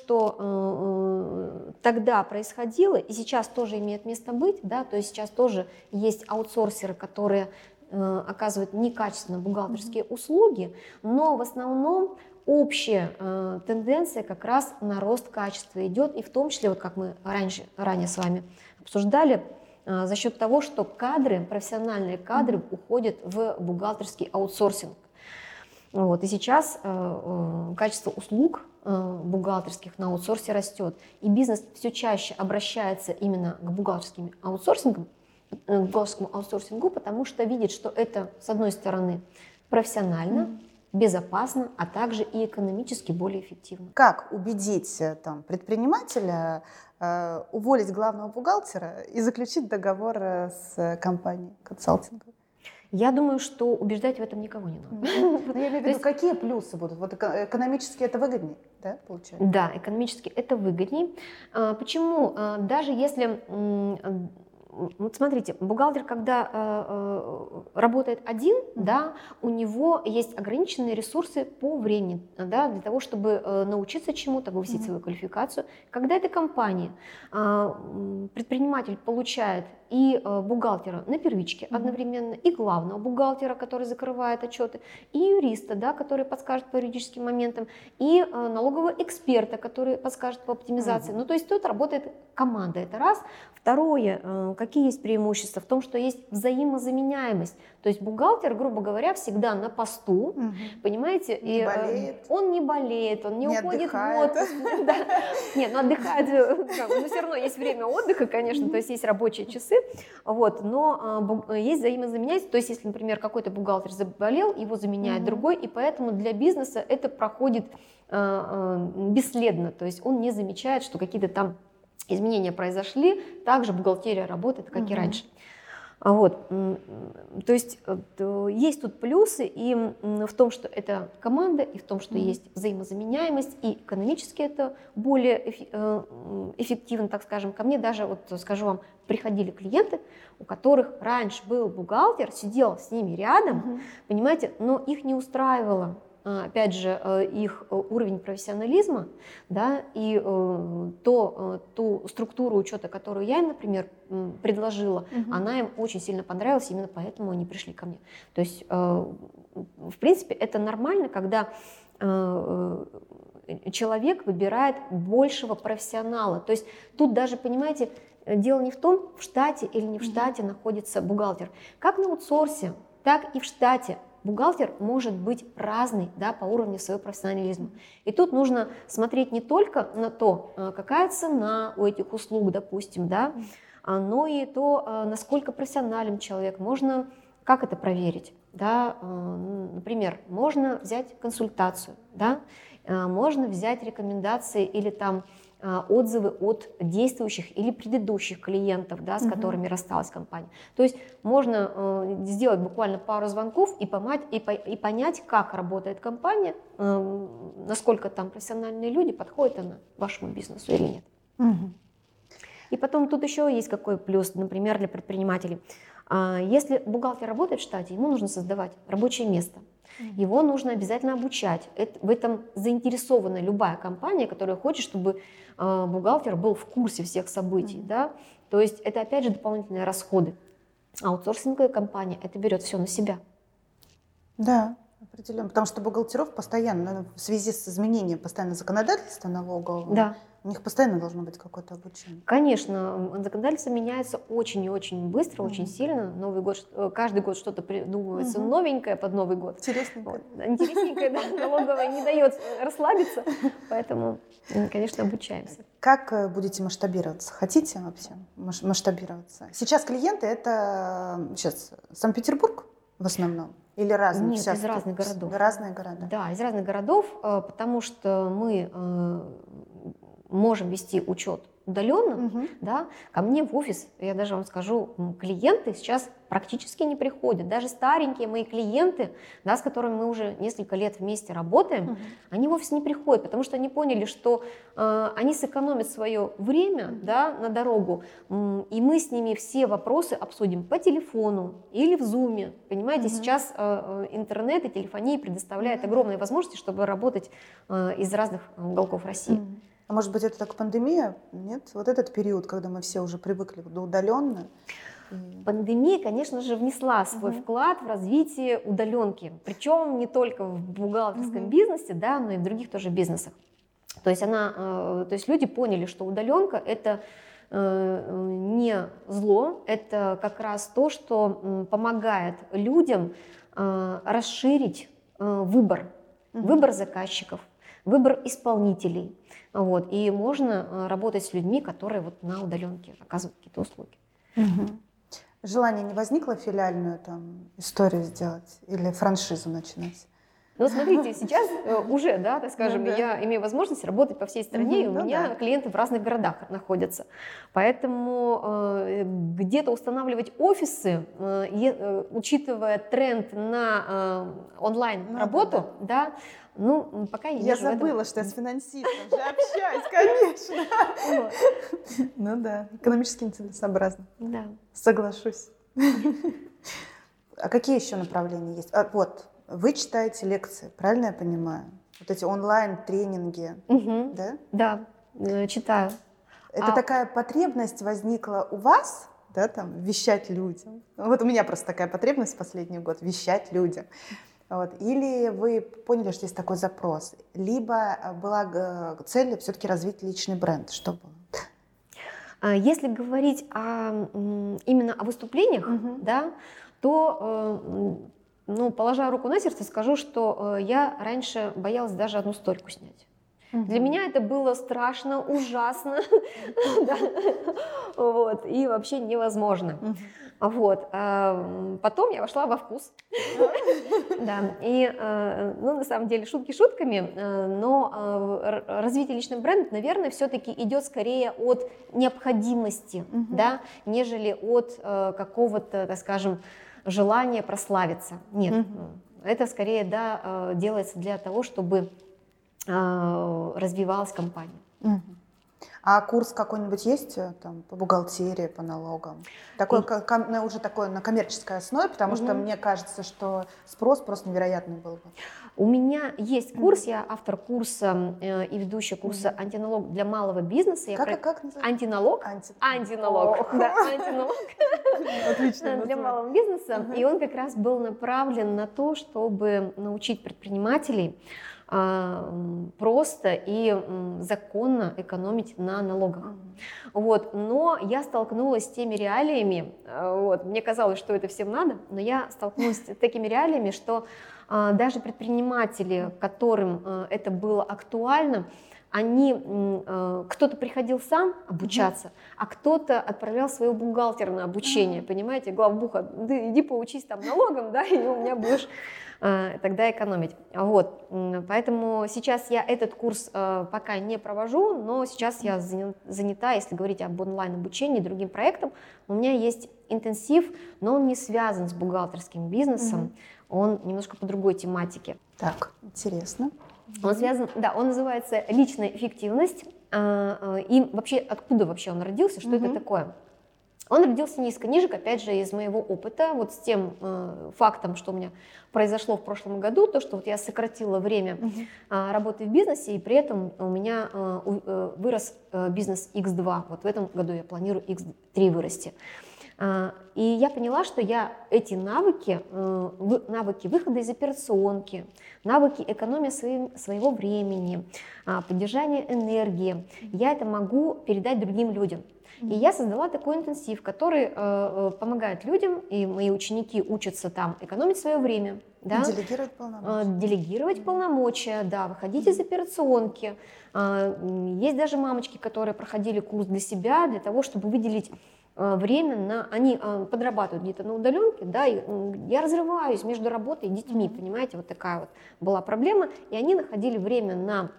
[SPEAKER 2] что тогда происходило, и сейчас тоже имеет место быть, да, то есть сейчас тоже есть аутсорсеры, которые оказывают некачественные бухгалтерские mm-hmm. услуги, но в основном общая э, тенденция как раз на рост качества идет, и в том числе, вот как мы раньше, ранее с вами обсуждали, э, за счет того, что кадры, профессиональные кадры mm-hmm. уходят в бухгалтерский аутсорсинг. Вот, и сейчас э, э, качество услуг э, бухгалтерских на аутсорсе растет, и бизнес все чаще обращается именно к бухгалтерским аутсорсингам, э, к бухгалтерскому аутсорсингу, потому что видит, что это, с одной стороны, профессионально, mm-hmm. безопасно, а также и экономически более эффективно.
[SPEAKER 1] Как убедить там, предпринимателя э, уволить главного бухгалтера и заключить договор с компанией консалтинговой?
[SPEAKER 2] Я думаю, что убеждать в этом никого не надо.
[SPEAKER 1] Но я имею в виду, какие плюсы будут? Вот экономически это выгоднее, да, получается?
[SPEAKER 2] Да, экономически это выгоднее. Почему? Даже если... Вот смотрите, бухгалтер, когда э, работает один, mm-hmm. да, у него есть ограниченные ресурсы по времени, да, для того, чтобы э, научиться чему-то, повысить mm-hmm. свою квалификацию. Когда это компания, э, предприниматель получает и э, бухгалтера на первичке mm-hmm. одновременно, и главного бухгалтера, который закрывает отчеты, и юриста, да, который подскажет по юридическим моментам, и э, налогового эксперта, который подскажет по оптимизации. Mm-hmm. Ну, то есть тут работает команда, это раз. Второе, э, какие есть преимущества? В том, что есть взаимозаменяемость. То есть бухгалтер, грубо говоря, всегда на посту, угу. понимаете?
[SPEAKER 1] Не
[SPEAKER 2] и
[SPEAKER 1] болеет.
[SPEAKER 2] Он не болеет, он не,
[SPEAKER 1] не
[SPEAKER 2] уходит
[SPEAKER 1] отдыхает.
[SPEAKER 2] в отпуск. Нет, ну отдыхает, но все равно есть время отдыха, конечно, то есть есть рабочие часы, вот, но есть взаимозаменяемость. То есть если, например, какой-то бухгалтер заболел, его заменяет другой, и поэтому для бизнеса это проходит бесследно, то есть он не замечает, что какие-то там изменения произошли, также бухгалтерия работает, как mm-hmm. и раньше. Вот. То есть есть тут плюсы и в том, что это команда, и в том, что mm-hmm. есть взаимозаменяемость, и экономически это более эффективно, так скажем. Ко мне даже, вот скажу вам, приходили клиенты, у которых раньше был бухгалтер, сидел с ними рядом, mm-hmm. понимаете, но их не устраивало. Опять же, их уровень профессионализма, да, и то, ту структуру учета, которую я им, например, предложила, угу. она им очень сильно понравилась, именно поэтому они пришли ко мне. То есть, в принципе, это нормально, когда человек выбирает большего профессионала. То есть тут даже, понимаете, дело не в том, в штате или не в штате угу. находится бухгалтер. Как на аутсорсе, так и в штате. Бухгалтер может быть разный, да, по уровню своего профессионализма. И тут нужно смотреть не только на то, какая цена у этих услуг, допустим, да, но и то, насколько профессионален человек. Можно, как это проверить? Да? Например, можно взять консультацию, да? Можно взять рекомендации или там отзывы от действующих или предыдущих клиентов, да, с угу. которыми рассталась компания. То есть можно э, сделать буквально пару звонков и, помать, и, по, и понять, как работает компания, э, насколько там профессиональные люди, подходит она вашему бизнесу или нет. Угу. И потом тут еще есть какой плюс, например, для предпринимателей. Э, если бухгалтер работает в штате, ему нужно создавать рабочее место. Его нужно обязательно обучать. Это, в этом заинтересована любая компания, которая хочет, чтобы э, бухгалтер был в курсе всех событий. Mm-hmm. Да? То есть это опять же дополнительные расходы. Аутсорсинговая компания это берет все на себя.
[SPEAKER 1] Да, определенно. Потому что бухгалтеров постоянно, в связи с изменением постоянно законодательства налогового,
[SPEAKER 2] да.
[SPEAKER 1] у них постоянно должно быть какое-то обучение.
[SPEAKER 2] Конечно, законодательство меняется очень и очень быстро, mm-hmm. очень сильно. Новый год, каждый год что-то придумывается mm-hmm. новенькое под Новый год.
[SPEAKER 1] Интересненькое.
[SPEAKER 2] Вот. Интересненькое, да, налоговая не дает расслабиться, поэтому, конечно, обучаемся.
[SPEAKER 1] Как будете масштабироваться? Хотите вообще масштабироваться? Сейчас клиенты это сейчас Санкт-Петербург в основном? Или разные?
[SPEAKER 2] Нет, из разных городов.
[SPEAKER 1] Разные города.
[SPEAKER 2] Да, из разных городов, потому что мы можем вести учет удаленно, угу. да, ко мне в офис, я даже вам скажу, клиенты сейчас практически не приходят. Даже старенькие мои клиенты, да, с которыми мы уже несколько лет вместе работаем, угу. они в офис не приходят, потому что они поняли, что э, они сэкономят свое время, угу. да, на дорогу, э, и мы с ними все вопросы обсудим по телефону или в зуме. Понимаете, угу. сейчас э, интернет и телефония предоставляют угу. огромные возможности, чтобы работать э, из разных уголков России. Угу.
[SPEAKER 1] А может быть, это так пандемия? Нет? Вот этот период, когда мы все уже привыкли до удаленно?
[SPEAKER 2] Пандемия, конечно же, внесла свой uh-huh. вклад в развитие удаленки. Причем не только в бухгалтерском uh-huh. бизнесе, да, но и в других тоже бизнесах. То есть, она, то есть люди поняли, что удаленка – это не зло, это как раз то, что помогает людям расширить выбор, uh-huh. выбор заказчиков, выбор исполнителей. Вот, и можно работать с людьми, которые вот на удаленке оказывают какие-то услуги.
[SPEAKER 1] Угу. Желание не возникло филиальную там историю сделать или франшизу начинать?
[SPEAKER 2] Но смотрите, сейчас уже, да, так скажем,
[SPEAKER 1] ну, да.
[SPEAKER 2] я имею возможность работать по всей стране, и у
[SPEAKER 1] ну,
[SPEAKER 2] меня
[SPEAKER 1] да.
[SPEAKER 2] клиенты в разных городах находятся. Поэтому э, где-то устанавливать офисы, э, э, учитывая тренд на э, онлайн-работу,
[SPEAKER 1] ну,
[SPEAKER 2] да, да, ну, пока я не
[SPEAKER 1] Я
[SPEAKER 2] вижу в этом...
[SPEAKER 1] забыла, что я с финансистом же общаюсь, конечно. Ну да, экономически нецелесообразно.
[SPEAKER 2] Да.
[SPEAKER 1] Соглашусь. А какие еще направления есть? А, вот, вы читаете лекции, правильно я понимаю? Вот эти онлайн-тренинги,
[SPEAKER 2] Угу.
[SPEAKER 1] да?
[SPEAKER 2] Да, э, читаю.
[SPEAKER 1] Это
[SPEAKER 2] А-
[SPEAKER 1] такая потребность возникла у вас, да, там, вещать людям? Вот у меня просто такая потребность в последний год, вещать людям. Вот. Или вы поняли, что есть такой запрос, либо была э, цель все-таки развить личный бренд, что было?
[SPEAKER 2] А Если говорить о, м, именно о выступлениях,
[SPEAKER 1] Мгм.
[SPEAKER 2] да, то, э, м, ну, положа руку на сердце, скажу, что э, я раньше боялась даже одну стойку снять. Для меня это было страшно, ужасно, да, вот, и вообще невозможно.
[SPEAKER 1] Мгм.
[SPEAKER 2] Вот. а, м, Потом я вошла во вкус. Да. И, э, ну, на самом деле, шутки шутками, э, но э, р- развитие личного бренда, наверное, все-таки идет скорее от необходимости,
[SPEAKER 1] Мгм.
[SPEAKER 2] да, нежели от э, какого-то, так скажем, желания прославиться. Нет,
[SPEAKER 1] Мгм.
[SPEAKER 2] это скорее, да, э, делается для того, чтобы э, развивалась компания.
[SPEAKER 1] Мгм. А курс какой-нибудь есть э, там, по бухгалтерии, по налогам? Такой,
[SPEAKER 2] И-
[SPEAKER 1] ко- ком- на- уже такой на коммерческой основе, потому что
[SPEAKER 2] Мгм.
[SPEAKER 1] мне кажется, что спрос просто невероятный был бы.
[SPEAKER 2] У меня есть курс, я автор курса э, и ведущая курса «Антиналог для малого бизнеса». Я
[SPEAKER 1] Как,
[SPEAKER 2] про-
[SPEAKER 1] как называется?
[SPEAKER 2] Антиналог.
[SPEAKER 1] Анти-
[SPEAKER 2] Антиналог.
[SPEAKER 1] Ох.
[SPEAKER 2] Да, антиналог
[SPEAKER 1] Отлично.
[SPEAKER 2] для
[SPEAKER 1] название.
[SPEAKER 2] малого бизнеса.
[SPEAKER 1] Ага.
[SPEAKER 2] И он как раз был направлен на то, чтобы научить предпринимателей а, м, просто и м, законно экономить на налогах.
[SPEAKER 1] Мгм.
[SPEAKER 2] Вот. Но я столкнулась с теми реалиями, э, вот, мне казалось, что это всем надо, но я столкнулась с такими реалиями, что э, даже предприниматели, которым э, это было актуально, они, м, э, кто-то приходил сам обучаться, а кто-то отправлял своего бухгалтера на обучение, понимаете, главбуха, ты иди поучись там налогам, да, и у меня будешь э, тогда экономить. Вот. М, Поэтому сейчас я этот курс э, пока не провожу, но сейчас я заня- занята, если говорить об онлайн-обучении, другим проектам. У меня есть интенсив, но он не связан с бухгалтерским бизнесом,
[SPEAKER 1] Мгм.
[SPEAKER 2] он немножко по другой тематике.
[SPEAKER 1] Так, интересно.
[SPEAKER 2] Он связан, да, он называется «Личная эффективность». А, а, И вообще, откуда вообще он родился, что это
[SPEAKER 1] Мгм.
[SPEAKER 2] такое? Он родился не из книжек, опять же, из моего опыта, вот с тем э, фактом, что у меня произошло в прошлом году, то, что вот я сократила время
[SPEAKER 1] Мгм.
[SPEAKER 2] а, работы в бизнесе, и при этом у меня э, у- э, вырос э, бизнес икс два. Вот в этом году я планирую икс три вырасти. А, И я поняла, что я эти навыки, э, вы- навыки выхода из операционки, навыки экономии своим- своего времени, а, поддержания энергии, я это могу передать другим людям. И я создала такой интенсив, который э, э, помогает людям, и мои ученики учатся там экономить свое время, да,
[SPEAKER 1] Делегировать
[SPEAKER 2] э,
[SPEAKER 1] полномочия.
[SPEAKER 2] делегировать полномочия, да, выходить из операционки. А, м, Есть даже мамочки, которые проходили курс для себя, для того, чтобы выделить э, время на... Они э, подрабатывают где-то на удаленке, да, и м, я разрываюсь между работой и детьми,
[SPEAKER 1] Мгм.
[SPEAKER 2] понимаете, вот такая вот была проблема. И они находили время на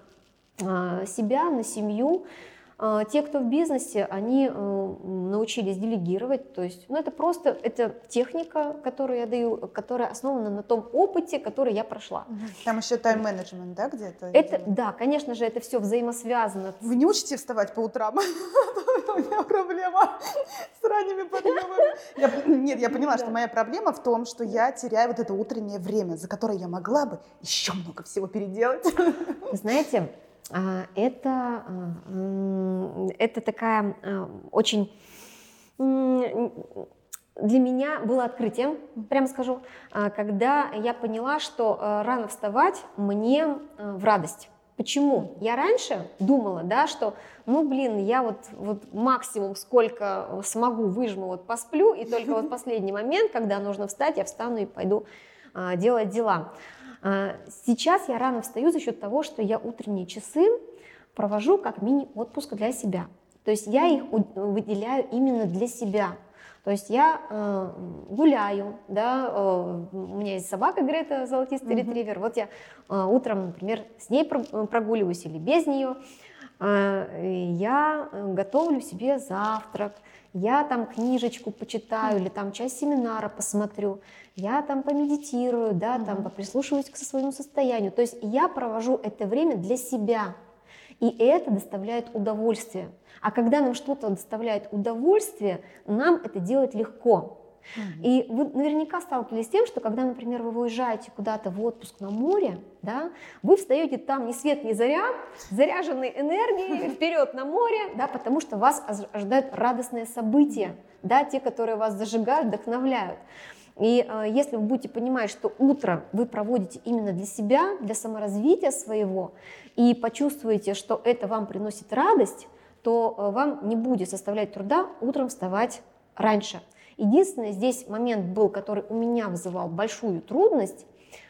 [SPEAKER 2] э, себя, на семью. А, Те, кто в бизнесе, они э, м, научились делегировать, то есть, ну, это просто, это техника, которую я даю, которая основана на том опыте, который я прошла.
[SPEAKER 1] Мгм. Там еще тайм-менеджмент, да, где-то?
[SPEAKER 2] Это,
[SPEAKER 1] видимо?
[SPEAKER 2] да, конечно же, это все взаимосвязано.
[SPEAKER 1] Вы не учите вставать по утрам? У меня проблема с ранними подъемами. Я- Нет, я поняла, что
[SPEAKER 2] Да.
[SPEAKER 1] моя проблема в том, что я теряю вот это утреннее время, за которое я могла бы еще много всего переделать.
[SPEAKER 2] Вы знаете, а, это, а, м, это такая а, очень... м, Для меня было открытием, прямо скажу, а, когда я поняла, что а, рано вставать мне а, в радость. Почему? Я раньше думала, да, что, ну, блин, я вот, вот максимум сколько смогу выжму, вот посплю, и только вот в последний момент, когда нужно встать, я встану и пойду а, делать дела. А, Сейчас я рано встаю за счет того, что я утренние часы провожу как мини-отпуск для себя. То есть я их у- выделяю именно для себя. То есть я э, гуляю, да, э, у меня есть собака Грета, золотистый mm-hmm. ретривер, вот я э, утром, например, с ней прогуливаюсь или без нее, э, я готовлю себе завтрак, я там книжечку почитаю mm-hmm. или там часть семинара посмотрю, я там помедитирую, да, mm-hmm. там поприслушиваюсь к своему состоянию, то есть я провожу это время для себя, и это доставляет удовольствие. А когда нам что-то доставляет удовольствие, нам это делать легко. Mm-hmm. И вы наверняка сталкивались с тем, что когда, например, вы выезжаете куда-то в отпуск на море, да, вы встаете там ни свет ни заря, заряженной энергией вперед на море, да, потому что вас ожидают радостные события, да, те, которые вас зажигают, вдохновляют. И э, если вы будете понимать, что утро вы проводите именно для себя, для саморазвития своего, и почувствуете, что это вам приносит радость, то вам не будет составлять труда утром вставать раньше. Единственный здесь момент был, который у меня вызывал большую трудность,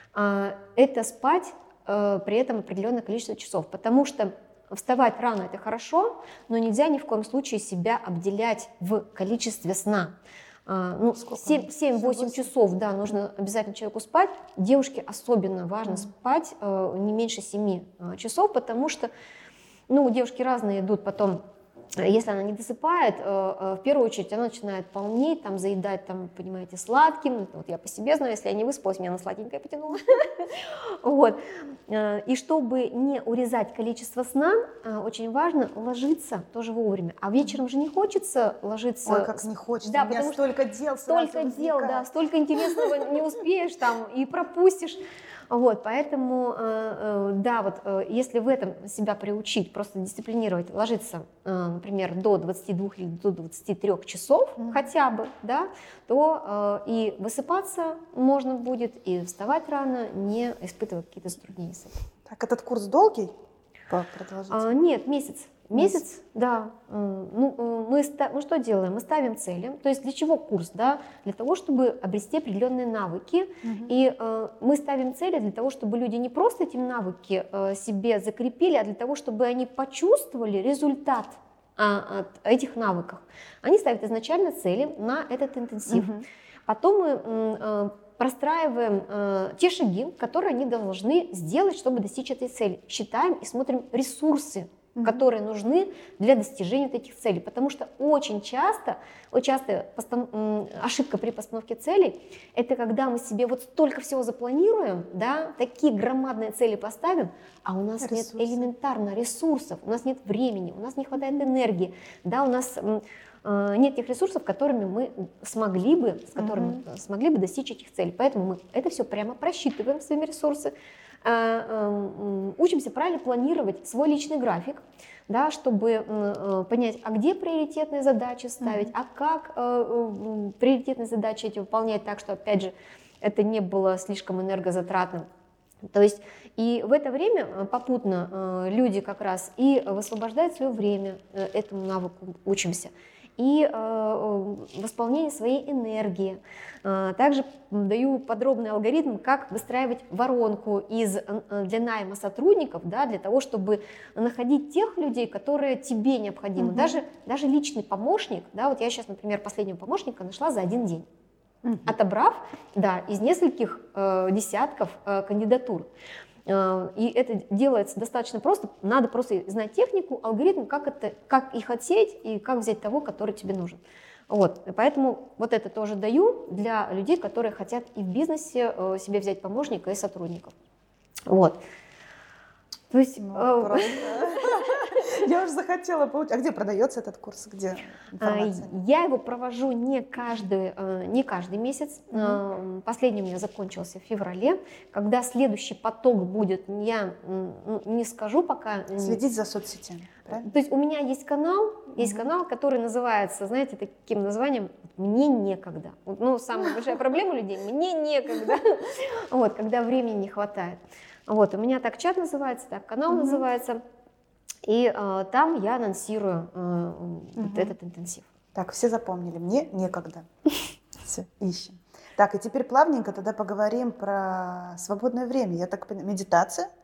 [SPEAKER 2] это спать при этом определенное количество часов, потому что вставать рано – это хорошо, но нельзя ни в коем случае себя обделять в количестве сна. Ну, семь-восемь часов, да, нужно обязательно человеку спать. Девушке особенно важно mm-hmm. спать не меньше семи часов, потому что ну, у девушки разные идут потом, если она не досыпает, в первую очередь она начинает полнеть, там, заедать, там, понимаете, сладким. Вот я по себе знаю, если я не выспалась, меня на сладенькое потянуло. Вот. И чтобы не урезать количество сна, очень важно ложиться тоже вовремя. А вечером же не хочется ложиться.
[SPEAKER 1] Ой, как не хочется,
[SPEAKER 2] да,
[SPEAKER 1] у меня столько дел сразу
[SPEAKER 2] Столько дел, да, столько интересного не успеешь там и пропустишь. Вот, поэтому, да, вот если в этом себя приучить, просто дисциплинировать, ложиться, например, до двадцати двух или до двадцати трёх часов mm-hmm. хотя бы, да, то и высыпаться можно будет, и вставать рано, не испытывая какие-то затруднения с этим.
[SPEAKER 1] Так, этот курс долгий? А,
[SPEAKER 2] нет, месяц. Месяц, Месяц, да. Ну, мы, мы что делаем? Мы ставим цели. То есть для чего курс? Да? Для того, чтобы обрести определенные навыки. Угу. И э, мы ставим цели для того, чтобы люди не просто эти навыки э, себе закрепили, а для того, чтобы они почувствовали результат а, от этих навыков. Они ставят изначально цели на этот интенсив. Угу. Потом мы э, простраиваем э, те шаги, которые они должны сделать, чтобы достичь этой цели. Считаем и смотрим ресурсы, Mm-hmm. которые нужны для достижения вот этих целей. Потому что очень часто, очень часто постан- ошибка при постановке целей – это когда мы себе вот столько всего запланируем, да, такие громадные цели поставим, а у нас Ресурсы. нет элементарно ресурсов, у нас нет времени, у нас не хватает энергии, да, у нас э, нет тех ресурсов, которыми мы смогли бы, с которыми mm-hmm. смогли бы достичь этих целей. Поэтому мы это все прямо просчитываем, своими ресурсами, учимся правильно планировать свой личный график, да, чтобы понять, а где приоритетные задачи ставить, mm-hmm. а как э, приоритетные задачи эти выполнять так, что, опять же, это не было слишком энергозатратным. То есть и в это время попутно э, люди как раз и высвобождают свое время, э, этому навыку учимся, и э, восполнение своей энергии. Э, также даю подробный алгоритм, как выстраивать воронку из, э, для найма сотрудников, да, для того, чтобы находить тех людей, которые тебе необходимы. Угу. Даже, даже личный помощник, да, вот я сейчас, например, последнего помощника нашла за один день, угу. отобрав, да, из нескольких э, десятков э, кандидатур. И это делается достаточно просто, надо просто знать технику, алгоритм, как, это, как их отсеять и как взять того, который тебе нужен. Вот. Поэтому вот это тоже даю для людей, которые хотят и в бизнесе себе взять помощника и сотрудников. Вот. То есть,
[SPEAKER 1] ну, э... Я уже захотела получить. А где продается этот курс? Где информация?
[SPEAKER 2] Я его провожу не каждый, не каждый месяц. Угу. Последний у меня закончился в феврале. Когда следующий поток будет, я не скажу пока.
[SPEAKER 1] Следить за соцсетями, правильно?
[SPEAKER 2] То есть у меня есть канал, есть угу. канал, который называется, знаете, таким названием «Мне некогда». Ну, самая большая проблема у людей – «Мне некогда». Вот, когда времени не хватает. Вот, у меня так чат называется, так канал угу. называется. И э, там я анонсирую э, угу. вот этот интенсив.
[SPEAKER 1] Так, все запомнили, мне некогда. Все, ищем. Так, и теперь плавненько тогда поговорим про свободное время. Я так понимаю, медитация?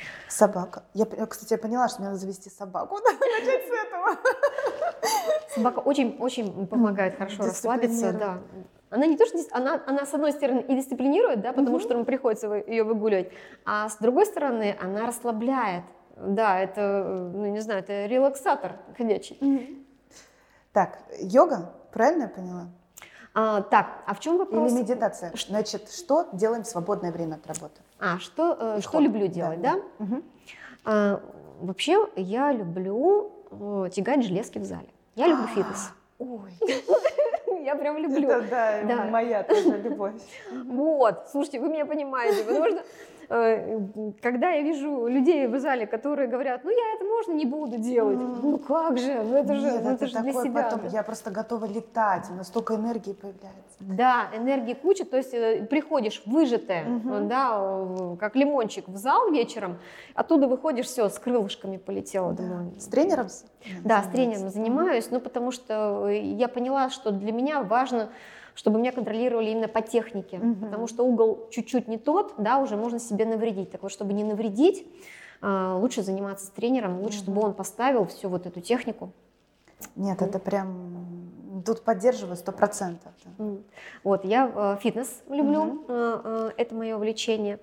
[SPEAKER 1] Собака. Я, кстати, я поняла, что мне надо завести собаку. Надо начать с этого.
[SPEAKER 2] Собака очень-очень помогает хорошо расслабиться. Да. Она не то, что она, она с одной стороны и дисциплинирует, да, потому что нам приходится ее выгуливать, а с другой стороны она расслабляет. Да, это, ну не знаю, это релаксатор ходячий.
[SPEAKER 1] Так, йога, правильно я поняла?
[SPEAKER 2] А, так, а в чем вопрос?
[SPEAKER 1] Или медитация. Значит, что делаем в свободное время от работы?
[SPEAKER 2] А, что, что люблю делать, да?
[SPEAKER 1] да? Угу.
[SPEAKER 2] А, вообще, я люблю тягать железки в зале. Я люблю фитнес.
[SPEAKER 1] Ой.
[SPEAKER 2] Я прям люблю.
[SPEAKER 1] Это, да, да, моя тоже любовь.
[SPEAKER 2] Вот, слушайте, вы меня понимаете, потому что когда я вижу людей в зале, которые говорят, ну я это можно не буду делать, mm. ну как же, ну это же,
[SPEAKER 1] Нет,
[SPEAKER 2] ну, это
[SPEAKER 1] это
[SPEAKER 2] же для себя.
[SPEAKER 1] Потом, я просто готова летать, у нас столько энергии появляется.
[SPEAKER 2] Да, энергии куча, то есть приходишь выжатая, mm-hmm. да, как лимончик в зал вечером, оттуда выходишь, все, с крылышками полетела.
[SPEAKER 1] Да.
[SPEAKER 2] Думаю.
[SPEAKER 1] С тренером?
[SPEAKER 2] Да, с тренером занимаюсь, mm-hmm. ну потому что я поняла, что для меня важно, чтобы меня контролировали именно по технике, угу. потому что угол чуть-чуть не тот, да, уже можно себе навредить. Так вот, чтобы не навредить, лучше заниматься с тренером, лучше, угу. чтобы он поставил всю вот эту технику.
[SPEAKER 1] Нет, это прям, тут поддерживаю сто процентов.
[SPEAKER 2] Вот, я фитнес люблю, угу. это мое увлечение.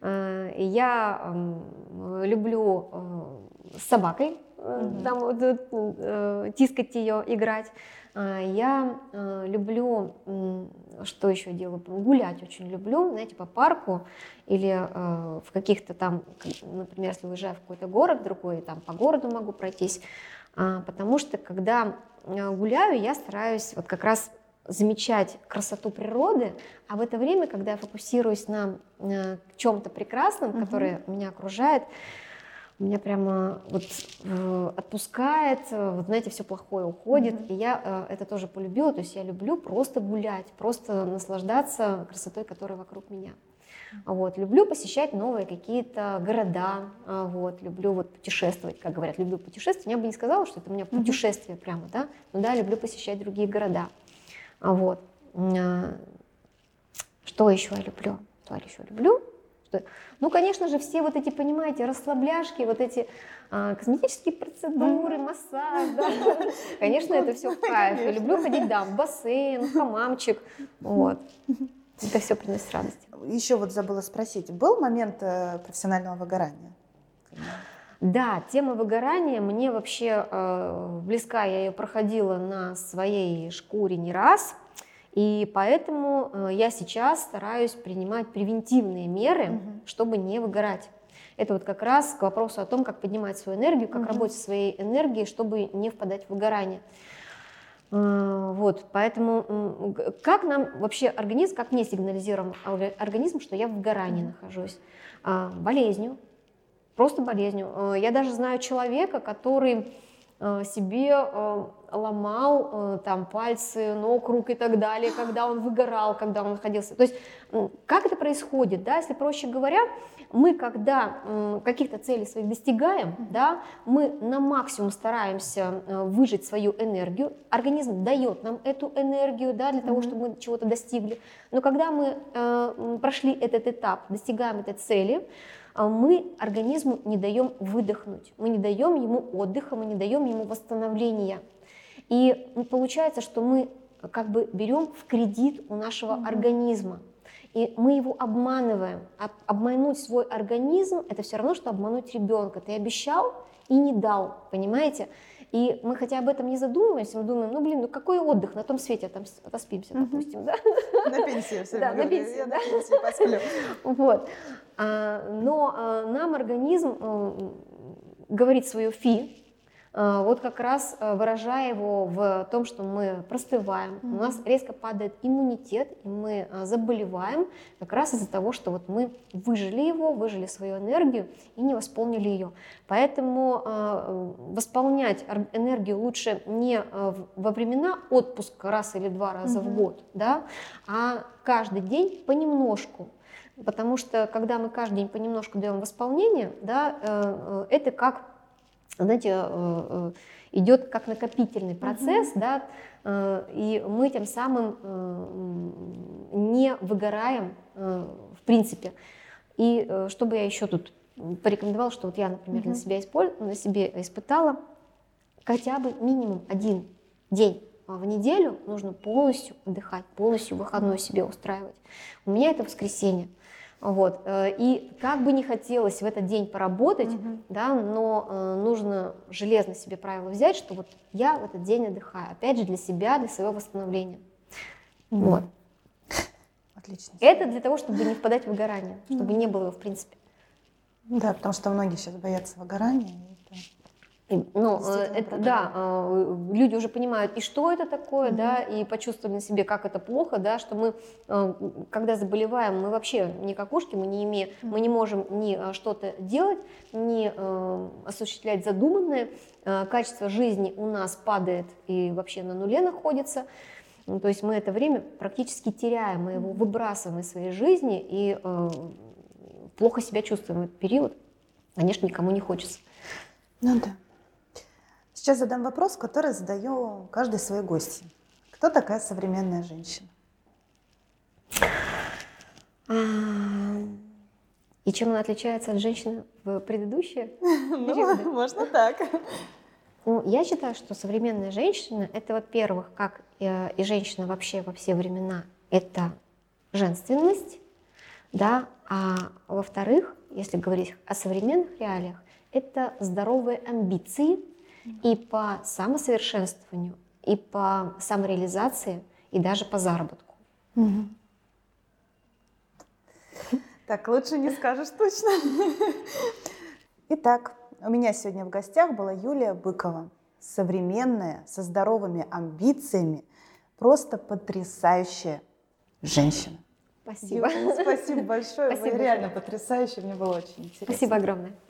[SPEAKER 2] Я люблю с собакой, угу. там, вот, тискать ее, играть. Я э, люблю, э, что еще делаю, гулять очень люблю, знаете, по парку или э, в каких-то там, например, если уезжаю в какой-то город другой, там по городу могу пройтись, э, потому что когда гуляю, я стараюсь вот как раз замечать красоту природы, а в это время, когда я фокусируюсь на э, чем-то прекрасном, mm-hmm. которое меня окружает, меня прямо вот э, отпускает, вот знаете, все плохое уходит, mm-hmm. и я э, это тоже полюбила, то есть я люблю просто гулять, просто наслаждаться красотой, которая вокруг меня. Вот, люблю посещать новые какие-то города, вот, люблю вот путешествовать, как говорят, люблю путешествовать, я бы не сказала, что это у меня путешествие mm-hmm. прямо, да, но да, люблю посещать другие города, вот. Что еще я люблю? Что я еще люблю? Ну, конечно же, все вот эти, понимаете, расслабляшки, вот эти а, косметические процедуры, mm-hmm. массаж, да. Конечно, это все в кайф. Я люблю ходить, да, в бассейн, в хамамчик, вот. Это все приносит радость.
[SPEAKER 1] Еще вот забыла спросить, был момент э, профессионального выгорания?
[SPEAKER 2] Да, тема выгорания мне вообще э, близка, я ее проходила на своей шкуре не раз. И поэтому э, я сейчас стараюсь принимать превентивные меры, uh-huh. чтобы не выгорать. Это вот как раз к вопросу о том, как поднимать свою энергию, как uh-huh. работать со своей энергией, чтобы не впадать в выгорание. Э, вот, поэтому э, как нам вообще организм, как мне сигнализировал организм, что я в выгорании uh-huh. нахожусь? Э, болезнью, просто болезнью. Э, я даже знаю человека, который э, себе... Э, ломал э, там пальцы, ног, рук и так далее, когда он выгорал, когда он находился. То есть как это происходит, да, если проще говоря, мы когда э, каких-то целей своих достигаем, mm-hmm. да, мы на максимум стараемся э, выжать свою энергию, организм дает нам эту энергию, да, для mm-hmm. того, чтобы мы чего-то достигли, но когда мы э, прошли этот этап, достигаем этой цели, мы организму не даем выдохнуть, мы не даем ему отдыха, мы не даем ему восстановления. И получается, что мы как бы берем в кредит у нашего mm-hmm. организма, и мы его обманываем. Обмануть свой организм – это все равно, что обмануть ребенка. Ты обещал и не дал, понимаете? И мы хотя об этом не задумываемся, мы думаем, ну блин, ну какой отдых, на том свете там отоспимся, mm-hmm. допустим, да?
[SPEAKER 1] На пенсии все
[SPEAKER 2] время. Да, на пенсии,
[SPEAKER 1] я на пенсии посплю.
[SPEAKER 2] Вот. Но нам организм говорит свое фи, вот как раз выражая его в том, что мы простываем, mm-hmm. у нас резко падает иммунитет, и мы заболеваем как раз из-за того, что вот мы выжили его, выжили свою энергию и не восполнили ее. Поэтому э, восполнять энергию лучше не во времена отпуска раз или два раза mm-hmm. в год, да, а каждый день понемножку. Потому что когда мы каждый день понемножку даем восполнение, да, э, это как, знаете, идет как накопительный процесс, uh-huh. да, и мы тем самым не выгораем в принципе. И что бы я еще тут порекомендовал, что вот я, например,
[SPEAKER 1] Мгм.
[SPEAKER 2] на, себя исполь... на себе испытала, хотя бы минимум один день в неделю нужно полностью отдыхать, полностью выходной себе устраивать. У меня это воскресенье. Вот. э, И как бы не хотелось в этот день поработать,
[SPEAKER 1] Мгм.
[SPEAKER 2] да, но э, нужно железно себе правило взять, что вот я в этот день отдыхаю, опять же для себя, для своего восстановления.
[SPEAKER 1] Мгм.
[SPEAKER 2] Вот.
[SPEAKER 1] Отлично.
[SPEAKER 2] Это для того, чтобы не впадать в выгорание, чтобы не было его в принципе.
[SPEAKER 1] Да, потому что многие сейчас боятся выгорания. и это-
[SPEAKER 2] И, ну, э,
[SPEAKER 1] Действительно
[SPEAKER 2] это,
[SPEAKER 1] проблема.
[SPEAKER 2] да, э, люди уже понимают, и что это такое,
[SPEAKER 1] Мгм.
[SPEAKER 2] да, и почувствовали на себе, как это плохо, да, что мы, э, когда заболеваем, мы вообще не как кошки, мы не имеем, мы не можем ни э, что-то делать, ни э, осуществлять задуманное, э, качество жизни у нас падает и вообще на нуле находится. Ну, то есть мы это время практически теряем, мы его выбрасываем из своей жизни и э, плохо себя чувствуем в этот период. Конечно, никому не хочется.
[SPEAKER 1] Ну да. Сейчас задам вопрос, который задаю каждой своей гости. Кто такая современная женщина?
[SPEAKER 2] И чем она отличается от женщины в предыдущие
[SPEAKER 1] Ну,
[SPEAKER 2] периоды?
[SPEAKER 1] можно так.
[SPEAKER 2] Ну, я считаю, что современная женщина — это, во-первых, как э, и женщина вообще во все времена, это женственность, да, а во-вторых, если говорить о современных реалиях, это здоровые амбиции и по самосовершенствованию, и по самореализации, и даже по заработку.
[SPEAKER 1] Мгм. Так, лучше не скажешь точно. Итак, у меня сегодня в гостях была Юлия Быкова. Современная, со здоровыми амбициями, просто потрясающая женщина.
[SPEAKER 2] Спасибо.
[SPEAKER 1] Юля, спасибо большое.
[SPEAKER 2] Спасибо
[SPEAKER 1] Вы реально
[SPEAKER 2] большое.
[SPEAKER 1] потрясающие, мне было очень интересно.
[SPEAKER 2] Спасибо огромное.